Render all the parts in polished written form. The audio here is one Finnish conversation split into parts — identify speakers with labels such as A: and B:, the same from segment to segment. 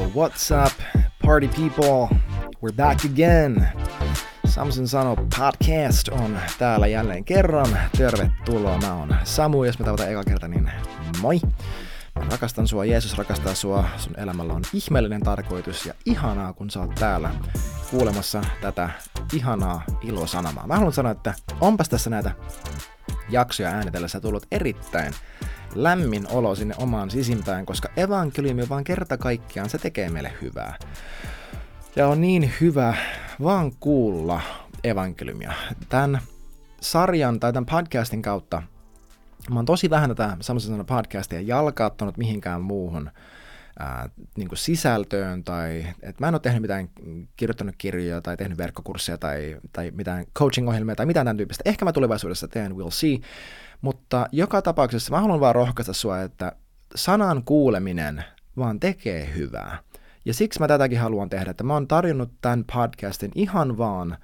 A: What's up, party people? We're back again. Samson Sano podcast on täällä jälleen kerran. Tervetuloa, mä oon Samu, jos mä tavataan eka kerta, niin moi. Mä rakastan sua, Jeesus rakastaa sua, sun elämällä on ihmeellinen tarkoitus ja ihanaa, kun sä oot täällä kuulemassa tätä ihanaa ilosanomaa. Mä haluan sanoa, että onpas tässä näitä jaksoja äänitellessä tullut erittäin lämmin olo sinne omaan sisimpään, koska evankeliumi vaan kerta kaikkiaan se tekee meille hyvää. Ja on niin hyvä vaan kuulla evankeliumia. Tämän sarjan tai tämän podcastin kautta mä oon tosi vähän tätä Samson Sano podcastia jalkauttanut mihinkään muuhun niin kuin sisältöön, tai että mä en ole tehnyt mitään, kirjoittanut kirjoja tai tehnyt verkkokursseja tai mitään coaching-ohjelmia tai mitään tämän tyyppistä. Ehkä mä tulevaisuudessa teen, we'll see. Mutta joka tapauksessa mä haluan vaan rohkaista sua, että sanan kuuleminen vaan tekee hyvää. Ja siksi mä tätäkin haluan tehdä, että mä oon tarjonnut tämän podcastin ihan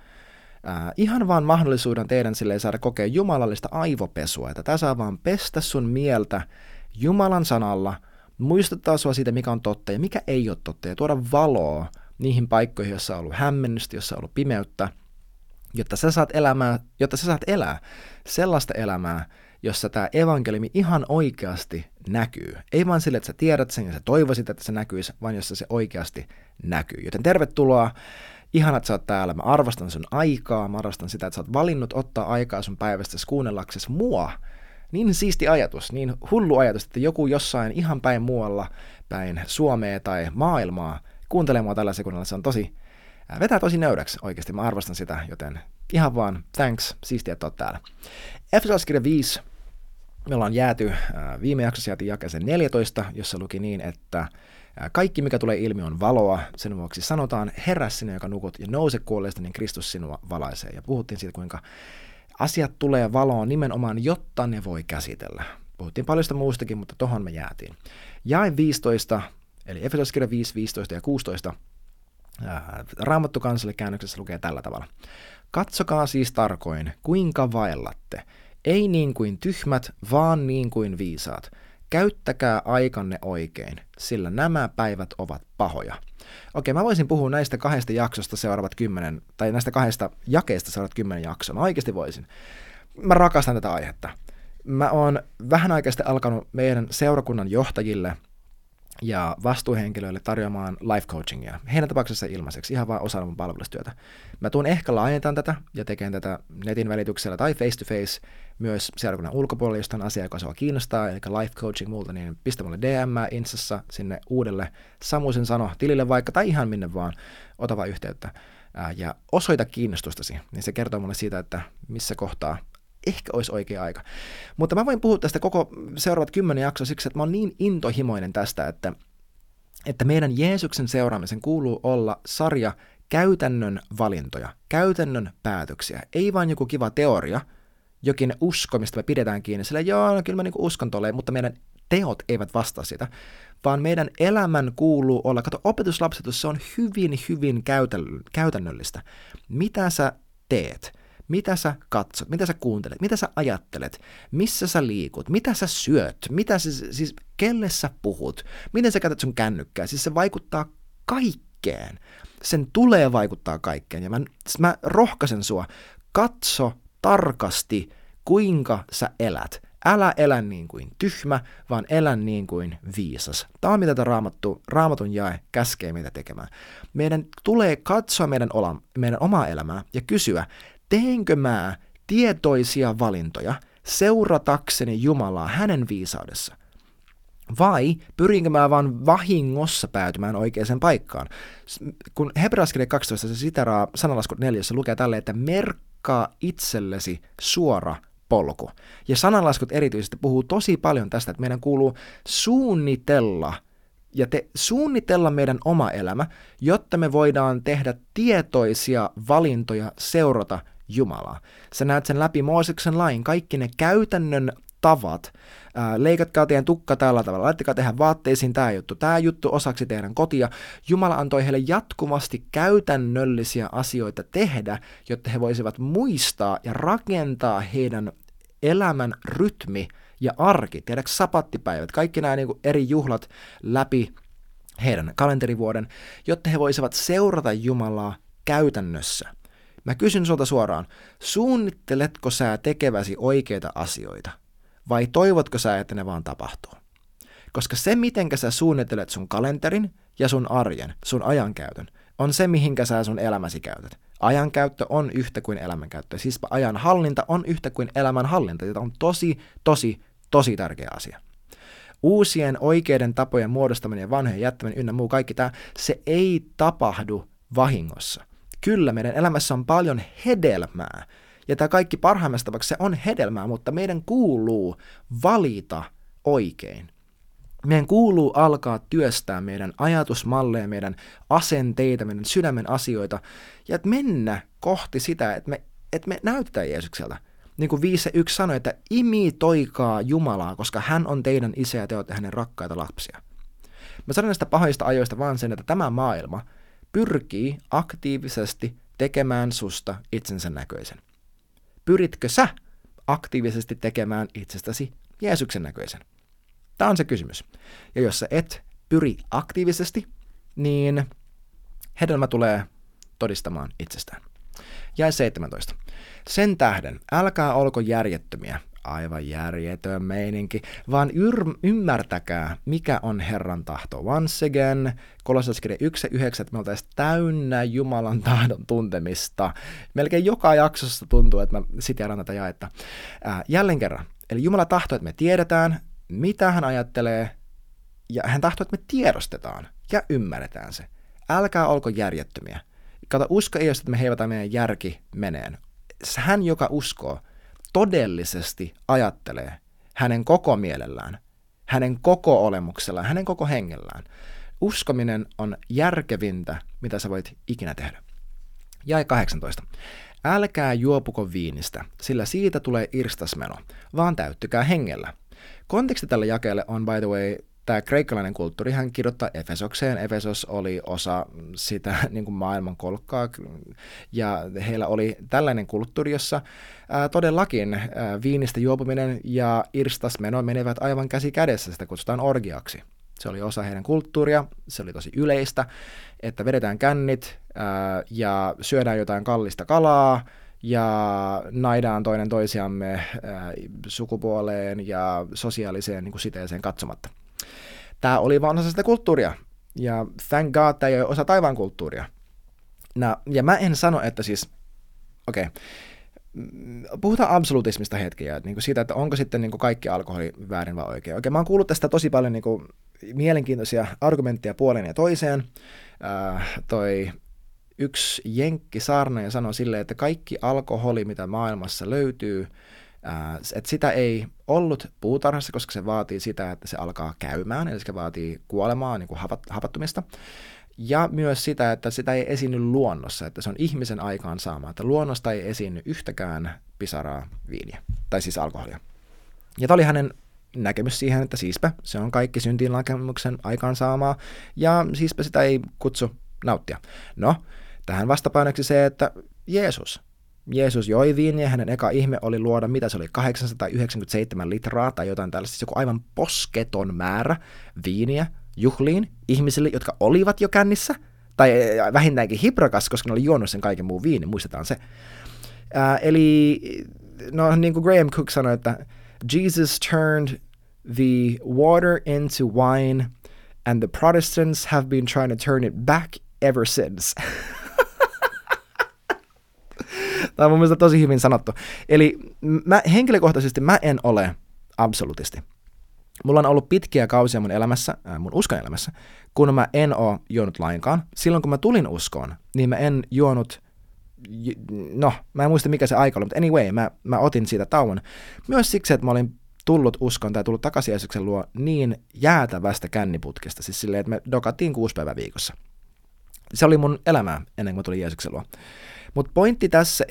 A: vaan mahdollisuuden teidän silleen saada kokea jumalallista aivopesua, että tää saa vaan pestä sun mieltä Jumalan sanalla, muistuttaa sua siitä, mikä on totta ja mikä ei ole totta, ja tuoda valoa niihin paikkoihin, joissa on ollut hämmennystä, jossa on ollut pimeyttä, jotta sä saat elää sellaista elämää, jossa tämä evankeliumi ihan oikeasti näkyy. Ei vaan sille, että sä tiedät sen ja sä toivoisit, että se näkyisi, vaan jossa se oikeasti näkyy. Joten tervetuloa. Ihana, että sä oot täällä. Mä arvostan sun aikaa. Mä arvostan sitä, että sä oot valinnut ottaa aikaa sun päivästä kuunnellaksesi mua. Niin siisti ajatus, niin hullu ajatus, että joku jossain ihan päin muualla, päin Suomea tai maailmaa kuuntelee mua tällä sekunnilla. Se on vetää tosi nöyräksi oikeasti. Mä arvostan sitä, joten ihan vaan thanks. Siistiä, että oot täällä. Efesolaiskirja 5. Me ollaan viime jaksossa jäätiin jakeeseen 14, jossa luki niin, että kaikki, mikä tulee ilmi, on valoa. Sen vuoksi sanotaan, herää sinä, joka nukut, ja nouse kuolleista, niin Kristus sinua valaisee. Ja puhuttiin siitä, kuinka asiat tulee valoon nimenomaan, jotta ne voi käsitellä. Puhuttiin paljon sitä muustakin, mutta tohon me jäätiin. Jae 15, eli Efesolaiskirja 5, 15 ja 16, Raamattu kansalle käännöksessä lukee tällä tavalla. Katsokaa siis tarkoin, kuinka vaellatte. Ei niin kuin tyhmät, vaan niin kuin viisaat. Käyttäkää aikanne oikein, sillä nämä päivät ovat pahoja. Okei, mä voisin puhua näistä kahdesta jaksosta seuraavat 10, tai näistä kahdesta jakeesta seuraavat 10 jaksoa. Mä oikeasti voisin. Mä rakastan tätä aihetta. Mä oon vähän aikaa sitten alkanut meidän seurakunnan johtajille ja vastuuhenkilöille tarjoamaan life coachingia. Heidän tapauksessa ilmaiseksi, ihan vaan osana mun palvelustyötä. Mä tuun ehkä laajentamaan tätä ja tekemään tätä netin välityksellä tai face to face myös seurakunnan ulkopuolella, jos on asia, joka sua kiinnostaa, eli life coaching multa, niin pistä mulle DM Instassa sinne uudelle Samuisen Sano tilille vaikka, tai ihan minne vaan, ota vaan yhteyttä ja osoita kiinnostustasi, niin se kertoo mulle siitä, että missä kohtaa ehkä olisi oikea aika. Mutta mä voin puhua tästä koko seuraavat 10 jaksoa siksi, että mä oon niin intohimoinen tästä, että meidän Jeesuksen seuraamisen kuuluu olla sarja käytännön valintoja, käytännön päätöksiä. Ei vaan joku kiva teoria, jokin usko, mistä me pidetään kiinni. Sillä joo, no kyllä mä niinku uskon tolleen, mutta meidän teot eivät vastaa sitä, vaan meidän elämän kuuluu olla, kato, opetuslapsetus, se on hyvin käytännöllistä. Mitä sä teet? Mitä sä katsot, mitä sä kuuntelet, mitä sä ajattelet, missä sä liikut, mitä sä syöt, siis kelle sä puhut, miten sä käytät sun kännykkää, siis se vaikuttaa kaikkeen. Sen tulee vaikuttaa kaikkeen ja mä rohkaisen sua, katso tarkasti, kuinka sä elät. Älä elä niin kuin tyhmä, vaan elä niin kuin viisas. Tämä on mitä tämä Raamatun jae käskee meitä tekemään. Meidän tulee katsoa meidän omaa elämää ja kysyä, teenkö mä tietoisia valintoja seuratakseni Jumalaa hänen viisaudessa? Vai pyrinkö mä vaan vahingossa päätymään oikeaan paikkaan? Kun Hebrealaiskirja 12 se siteraa sananlaskut 4, jossa lukee tälleen, että merkkaa itsellesi suora polku. Ja sananlaskut erityisesti puhuu tosi paljon tästä, että meidän kuuluu suunnitella meidän oma elämä, jotta me voidaan tehdä tietoisia valintoja seurata Jumalaa. Sä näet sen läpi Mooseksen lain, kaikki ne käytännön tavat, leikatkaa teidän tukka tällä tavalla, laittakaa tehdä vaatteisiin tämä juttu osaksi teidän kotia. Jumala antoi heille jatkuvasti käytännöllisiä asioita tehdä, jotta he voisivat muistaa ja rakentaa heidän elämän rytmi ja arki, tiedätkö sapattipäivät, kaikki nämä niin kuin eri juhlat läpi heidän kalenterivuoden, jotta he voisivat seurata Jumalaa käytännössä. Mä kysyn sulta suoraan, suunnitteletko sä tekeväsi oikeita asioita, vai toivotko sä, että ne vaan tapahtuu? Koska se, mitenkä sä suunnittelet sun kalenterin ja sun arjen, sun ajankäytön, on se, mihinkä sä sun elämäsi käytät. Ajankäyttö on yhtä kuin elämänkäyttö. Siis ajan hallinta on yhtä kuin elämän hallinta, jota on tosi tärkeä asia. Uusien oikeiden tapojen muodostaminen ja vanhojen jättäminen ynnä muu kaikki tämä, se ei tapahdu vahingossa. Kyllä, meidän elämässä on paljon hedelmää, ja tämä kaikki parhaimmasta tavaksi se on hedelmää, mutta meidän kuuluu valita oikein. Meidän kuuluu alkaa työstää meidän ajatusmalleja, meidän asenteita, meidän sydämen asioita, ja mennä kohti sitä, että me näytetään Jeesukselta. Niin kuin 5.1 sanoi, että imitoikaa Jumalaa, koska hän on teidän isä ja te olette hänen rakkaita lapsia. Mä sanon näistä pahoista ajoista vaan sen, että tämä maailma pyrkii aktiivisesti tekemään susta itsensä näköisen. Pyritkö sä aktiivisesti tekemään itsestäsi Jeesuksen näköisen? Tämä on se kysymys. Ja jos sä et pyri aktiivisesti, niin hedelmä tulee todistamaan itsestään. Jae 17. Sen tähden, älkää olko järjettömiä, aivan järjetön meininki, vaan ymmärtäkää, mikä on Herran tahto. Once again, Kolossalaiskirja 1:9, että me oltaisiin täynnä Jumalan tahdon tuntemista. Melkein joka jaksossa tuntuu, että mä siteeraan tätä jaetta. Jälleen kerran, eli Jumala tahtoo, että me tiedetään, mitä hän ajattelee, ja hän tahtoo, että me tiedostetaan ja ymmärretään se. Älkää olko järjettömiä. Kato, usko ei ole, että me heivataan meidän järki meneen. Hän, joka uskoo, todellisesti ajattelee hänen koko mielellään, hänen koko olemuksellaan, hänen koko hengellään. Uskominen on järkevintä, mitä sä voit ikinä tehdä. Jae 18. Älkää juopuko viinistä, sillä siitä tulee irstasmeno, vaan täyttykää hengellä. Konteksti tälle jakeelle on, by the way, tämä kreikkalainen kulttuuri. Hän kirjoittaa Efesokseen. Efesos oli osa sitä niin kuin maailman kolkkaa, ja heillä oli tällainen kulttuuri, jossa todellakin viinistä juopuminen ja irstasmeno menevät aivan käsi kädessä, sitä kutsutaan orgiaksi. Se oli osa heidän kulttuuria, se oli tosi yleistä, että vedetään kännit ja syödään jotain kallista kalaa, ja naidaan toinen toisiamme sukupuoleen ja sosiaaliseen niin kuin siteeseen katsomatta. Tämä oli vaan osa sitä kulttuuria, ja thank God, tämä ei ole osa taivaan kulttuuria. Ja mä en sano, että siis, puhutaan absolutismista hetkiä, niin kuin siitä, että onko sitten niin kuin kaikki alkoholi väärin vai oikein. Mä oon kuullut tästä tosi paljon niin kuin mielenkiintoisia argumentteja puoleen ja toiseen. Toi yksi jenkkisaarnaaja sanoi silleen, että kaikki alkoholi, mitä maailmassa löytyy, että sitä ei ollut puutarhassa, koska se vaatii sitä, että se alkaa käymään, eli se vaatii kuolemaa, niin kuin hapattumista. Ja myös sitä, että sitä ei esiinny luonnossa, että se on ihmisen aikaan saama, että luonnosta ei esiinny yhtäkään pisaraa viiniä, tai siis alkoholia. Ja tämä oli hänen näkemys siihen, että siispä se on kaikki syntiinlankemuksen aikaansaamaa, ja siispä sitä ei kutsu nauttia. No, tähän vastapainoksi se, että Jeesus joi viiniä, hänen eka ihme oli luoda, mitä se oli, 897 litraa tai jotain tällaista, siis joku aivan posketon määrä viiniä juhliin ihmisille, jotka olivat jo kännissä, tai vähintäänkin hiprakas, koska ne oli juonut sen kaiken muun viinin, muistetaan se. Eli, no niin kuin Graham Cook sanoi, että Jesus turned the water into wine, and the Protestants have been trying to turn it back ever since. Tämä on mun mielestä tosi hyvin sanottu. Eli henkilökohtaisesti mä en ole absolutisti. Mulla on ollut pitkiä kausia mun elämässä, mun uskon elämässä, kun mä en ole juonut lainkaan. Silloin kun mä tulin uskoon, niin mä en juonut, mä en muista mikä se aika oli, mutta anyway, mä otin siitä tauon. Myös siksi, että mä olin tullut uskoon tai tullut takaisin Jeesuksen luo niin jäätävästä känniputkesta, siis silleen, että me dokattiin 6 päivää viikossa. Se oli mun elämää ennen kuin mä tulin Jeesuksen luo. Mutta pointti tässä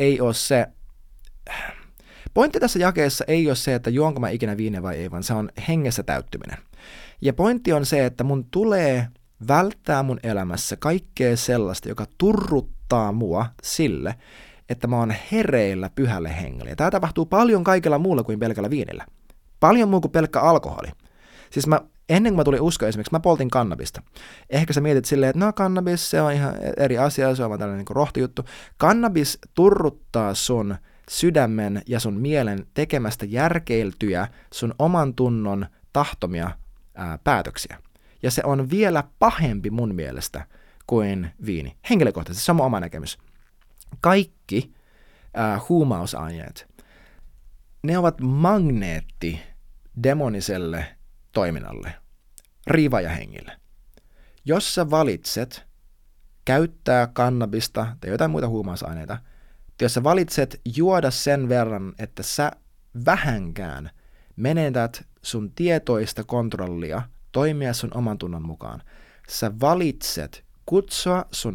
A: jakeessa ei ole se, että juonko mä ikinä viiniä vai ei, vaan se on hengessä täyttyminen. Ja pointti on se, että mun tulee välttää mun elämässä kaikkea sellaista, joka turruttaa mua sille, että mä oon hereillä pyhälle hengelle. Ja tää tapahtuu paljon kaikella muulla kuin pelkällä viinillä. Paljon muu kuin pelkkä alkoholi. Siis mä Ennen kuin mä tulin uskoon esimerkiksi, mä poltin kannabista. Ehkä sä mietit silleen, että no kannabis, se on ihan eri asia, se on vaan tällainen niin rohtijuttu. Kannabis turruttaa sun sydämen ja sun mielen tekemästä järkeiltyjä sun oman tunnon tahtomia päätöksiä. Ja se on vielä pahempi mun mielestä kuin viini. Henkilökohtaisesti, se on mun oma näkemys. Kaikki huumausaineet, ne ovat magneetti demoniselle toiminnalle, riivajahengille. Jos sä valitset käyttää kannabista tai jotain muita huumausaineita, jos sä valitset juoda sen verran, että sä vähänkään menetät sun tietoista kontrollia toimia sun oman tunnon mukaan, sä valitset kutsua sun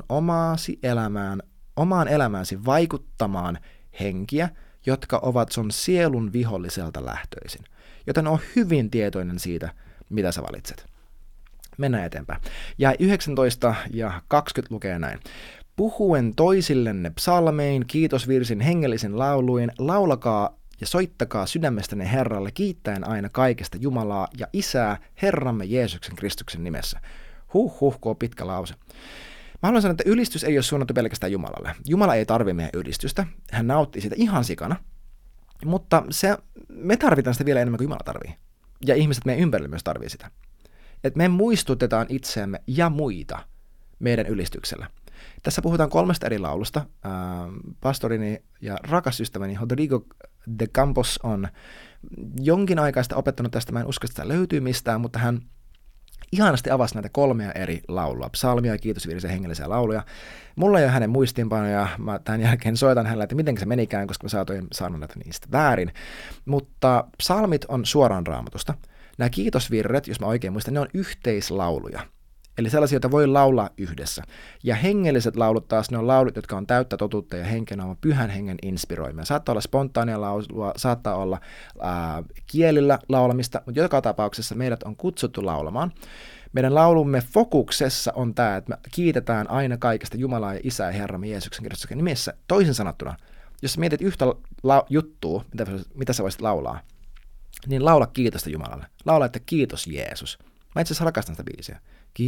A: omaan elämääsi vaikuttamaan henkiä, jotka ovat sun sielun viholliselta lähtöisin. Joten on hyvin tietoinen siitä, mitä sä valitset. Mennään eteenpäin. Ja 19 ja 20 lukee näin. Puhuen toisillenne psalmein, kiitosvirsin, hengellisin lauluin, laulakaa ja soittakaa sydämestänne Herralle, kiittäen aina kaikesta Jumalaa ja Isää Herramme Jeesuksen Kristuksen nimessä. Kun on pitkä lause. Mä haluan sanoa, että ylistys ei ole suunnattu pelkästään Jumalalle. Jumala ei tarvitse meidän ylistystä. Hän nauttii siitä ihan sikana. Mutta me tarvitaan sitä vielä enemmän kuin Jumala tarvii. Ja ihmiset meidän ympärillä myös tarvii sitä. Että me muistutetaan itseämme ja muita meidän ylistyksellä. Tässä puhutaan 3 eri laulusta. Pastorini ja rakas ystäväni Rodrigo de Campos on jonkin aikaista opettanut tästä. Mä en usko, että sitä löytyy mistään, mutta hän ihanasti avasi näitä 3 eri laulua. Psalmia, kiitosvirsiä, hengellisiä lauluja. Mulla ei ole hänen muistiinpanoja. Mä tämän jälkeen soitan hänelle, että miten se menikään, koska mä saatoin saanut näitä niistä väärin. Mutta psalmit on suoraan Raamatusta. Nämä kiitosvirret, jos mä oikein muistan, ne on yhteislauluja. Eli sellaisia, joita voi laulaa yhdessä. Ja hengelliset laulut taas, ne on laulut, jotka on täyttä totuutta ja henken on pyhän hengen inspiroimia. Saattaa olla spontaania laulua, saattaa olla kielillä laulamista, mutta joka tapauksessa meidät on kutsuttu laulamaan. Meidän laulumme fokuksessa on tämä, että me kiitetään aina kaikesta Jumalaa ja Isää ja Herramme Jeesuksen Kristuksen nimessä. Toisin sanottuna, jos sä mietit yhtä juttua, mitä sä voisit laulaa, niin laula kiitosta Jumalalle. Laula, että kiitos Jeesus. Mä itse asiassa rakastan sitä biisiä.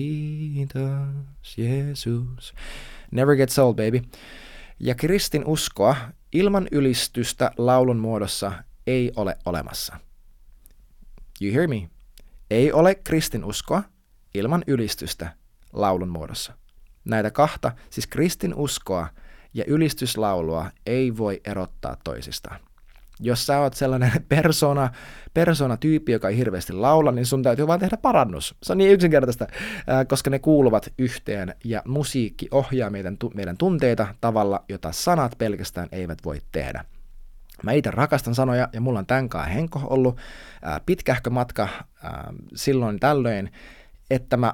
A: Kiitos Jeesus. Never gets old, baby. Ja kristin uskoa ilman ylistystä laulun muodossa ei ole olemassa. You hear me? Ei ole kristin uskoa ilman ylistystä laulun muodossa. Näitä kahta, siis kristin uskoa ja ylistyslaulua ei voi erottaa toisistaan. Jos sä oot sellainen persoonatyyppi, joka ei hirveästi laula, niin sun täytyy vaan tehdä parannus. Se on niin yksinkertaista, koska ne kuuluvat yhteen ja musiikki ohjaa meidän tunteita tavalla, jota sanat pelkästään eivät voi tehdä. Mä itse rakastan sanoja ja mulla on tämänkaan henko ollut pitkähkö matka silloin tällöin, että mä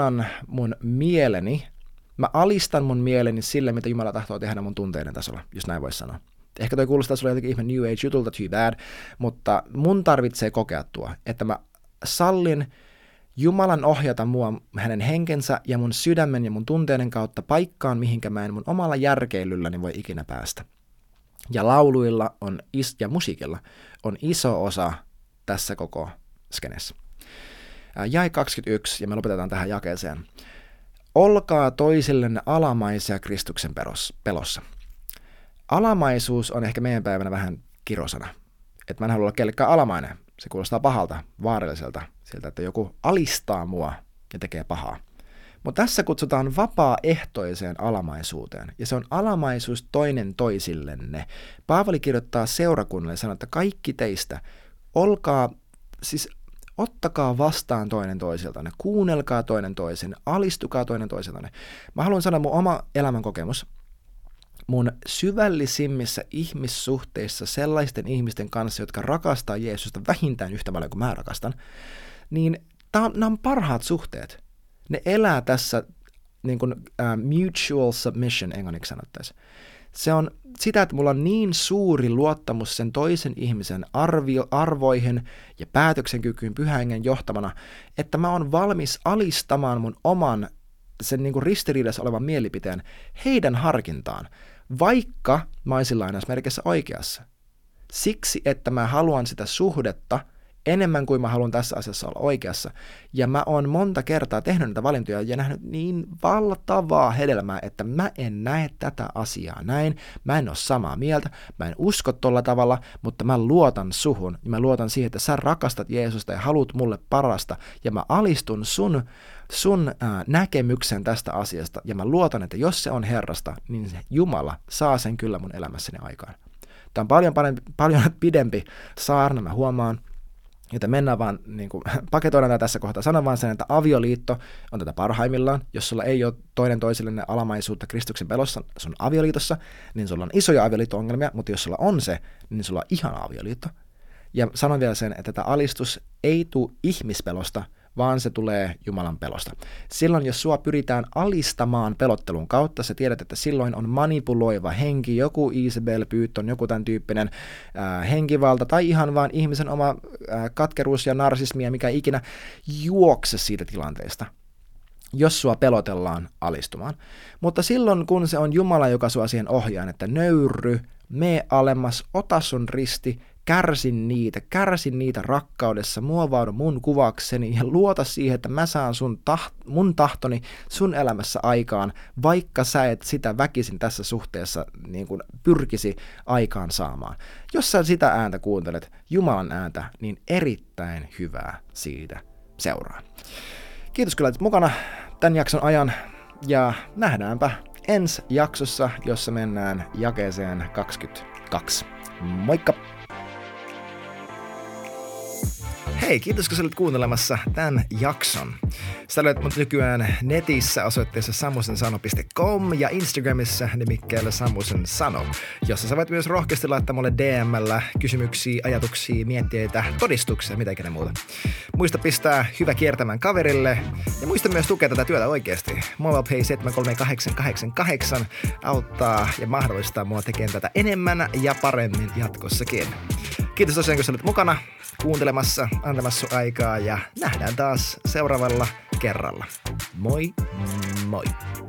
A: alistan mun mieleni sille, mitä Jumala tahtoo tehdä mun tunteiden tasolla, jos näin voisi sanoa. Ehkä toi kuulostaa sulle jotenkin ihme New Age-jutulta, too bad, mutta mun tarvitsee kokea tuo, että mä sallin Jumalan ohjata mua hänen henkensä ja mun sydämen ja mun tunteiden kautta paikkaan, mihinkä mä en mun omalla järkeilylläni voi ikinä päästä. Ja lauluilla ja musiikilla on iso osa tässä koko skenessä. Jae 21, ja me lopetetaan tähän jakeeseen. Olkaa toisillenne alamaisia Kristuksen pelossa. Alamaisuus on ehkä meidän päivänä vähän kirosana. Että mä en halua olla kellekään alamainen. Se kuulostaa pahalta, vaaralliselta, siltä, että joku alistaa mua ja tekee pahaa. Mutta tässä kutsutaan vapaaehtoiseen alamaisuuteen, ja se on alamaisuus toinen toisillenne. Paavali kirjoittaa seurakunnalle ja sanoo, että kaikki teistä, ottakaa vastaan toinen toisiltanne, kuunnelkaa toinen toisen, alistukaa toinen toisiltanne. Mä haluan sanoa mun oma elämänkokemus. Mun syvällisimmissä ihmissuhteissa sellaisten ihmisten kanssa, jotka rakastaa Jeesusta vähintään yhtä paljon kuin mä rakastan, niin nämä on parhaat suhteet. Ne elää tässä niin kuin, mutual submission englanniksi sanottaisiin. Se on sitä, että mulla on niin suuri luottamus sen toisen ihmisen arvoihin ja päätöksenkykyyn pyhän hengen johtamana, että mä oon valmis alistamaan mun oman sen niin kuin ristiriidassa olevan mielipiteen heidän harkintaan, vaikka mä olisin lainausmerkissä oikeassa. Siksi, että mä haluan sitä suhdetta enemmän kuin mä haluan tässä asiassa olla oikeassa. Ja mä oon monta kertaa tehnyt näitä valintoja ja nähnyt niin valtavaa hedelmää, että mä en näe tätä asiaa näin, mä en ole samaa mieltä, mä en usko tolla tavalla, mutta mä luotan suhun ja mä luotan siihen, että sä rakastat Jeesusta ja haluat mulle parasta ja mä alistun sun näkemyksen tästä asiasta ja mä luotan, että jos se on Herrasta, niin se Jumala saa sen kyllä mun elämässäni aikaan. Tämä on paljon pidempi saarna, mä huomaan, että mennään vaan, niin kuin, paketoidaan tämä tässä kohtaa, sanon vaan sen, että avioliitto on tätä parhaimmillaan. Jos sulla ei ole toinen toisellinen alamaisuutta Kristuksen pelossa sun avioliitossa, niin sulla on isoja avioliitto-ongelmia, mutta jos sulla on se, niin sulla on ihana avioliitto. Ja sanon vielä sen, että tämä alistus ei tule ihmispelosta, vaan se tulee Jumalan pelosta. Silloin, jos sua pyritään alistamaan pelottelun kautta, sä tiedät, että silloin on manipuloiva henki, joku Isabel Pyytton, joku tämän tyyppinen henkivalta, tai ihan vaan ihmisen oma katkeruus ja narsismi ja mikä ikinä, juokse siitä tilanteesta, jos sua pelotellaan alistumaan. Mutta silloin, kun se on Jumala, joka sua siihen ohjaa, että nöyry, mee alemmas, ota sun risti, kärsin niitä rakkaudessa, muovaudu mun kuvakseni ja luota siihen, että mä saan mun tahtoni sun elämässä aikaan, vaikka sä et sitä väkisin tässä suhteessa niin kuin pyrkisi aikaan saamaan. Jos sä sitä ääntä kuuntelet, Jumalan ääntä, niin erittäin hyvää siitä seuraa. Kiitos kyllä, että mukana tämän jakson ajan ja nähdäänpä ensi jaksossa, jossa mennään jakeeseen 22. Moikka! Hei, kiitos kun sä olet kuuntelemassa tämän jakson. Sä löydät mut nykyään netissä osoitteessa sammusensano.com ja Instagramissa nimikkeellä samusensano, jossa sä voit myös rohkeasti laittaa mulle DM:llä kysymyksiä, ajatuksia, mietteitä, todistuksia, mitä ikinä muuta. Muista pistää hyvä kiertämään kaverille ja muista myös tukea tätä työtä oikeasti. MobilePay 73888 auttaa ja mahdollistaa mua tekemään tätä enemmän ja paremmin jatkossakin. Kiitos tosiaan, kun sä olet mukana kuuntelemassa, antamassa aikaa ja nähdään taas seuraavalla kerralla. Moi moi!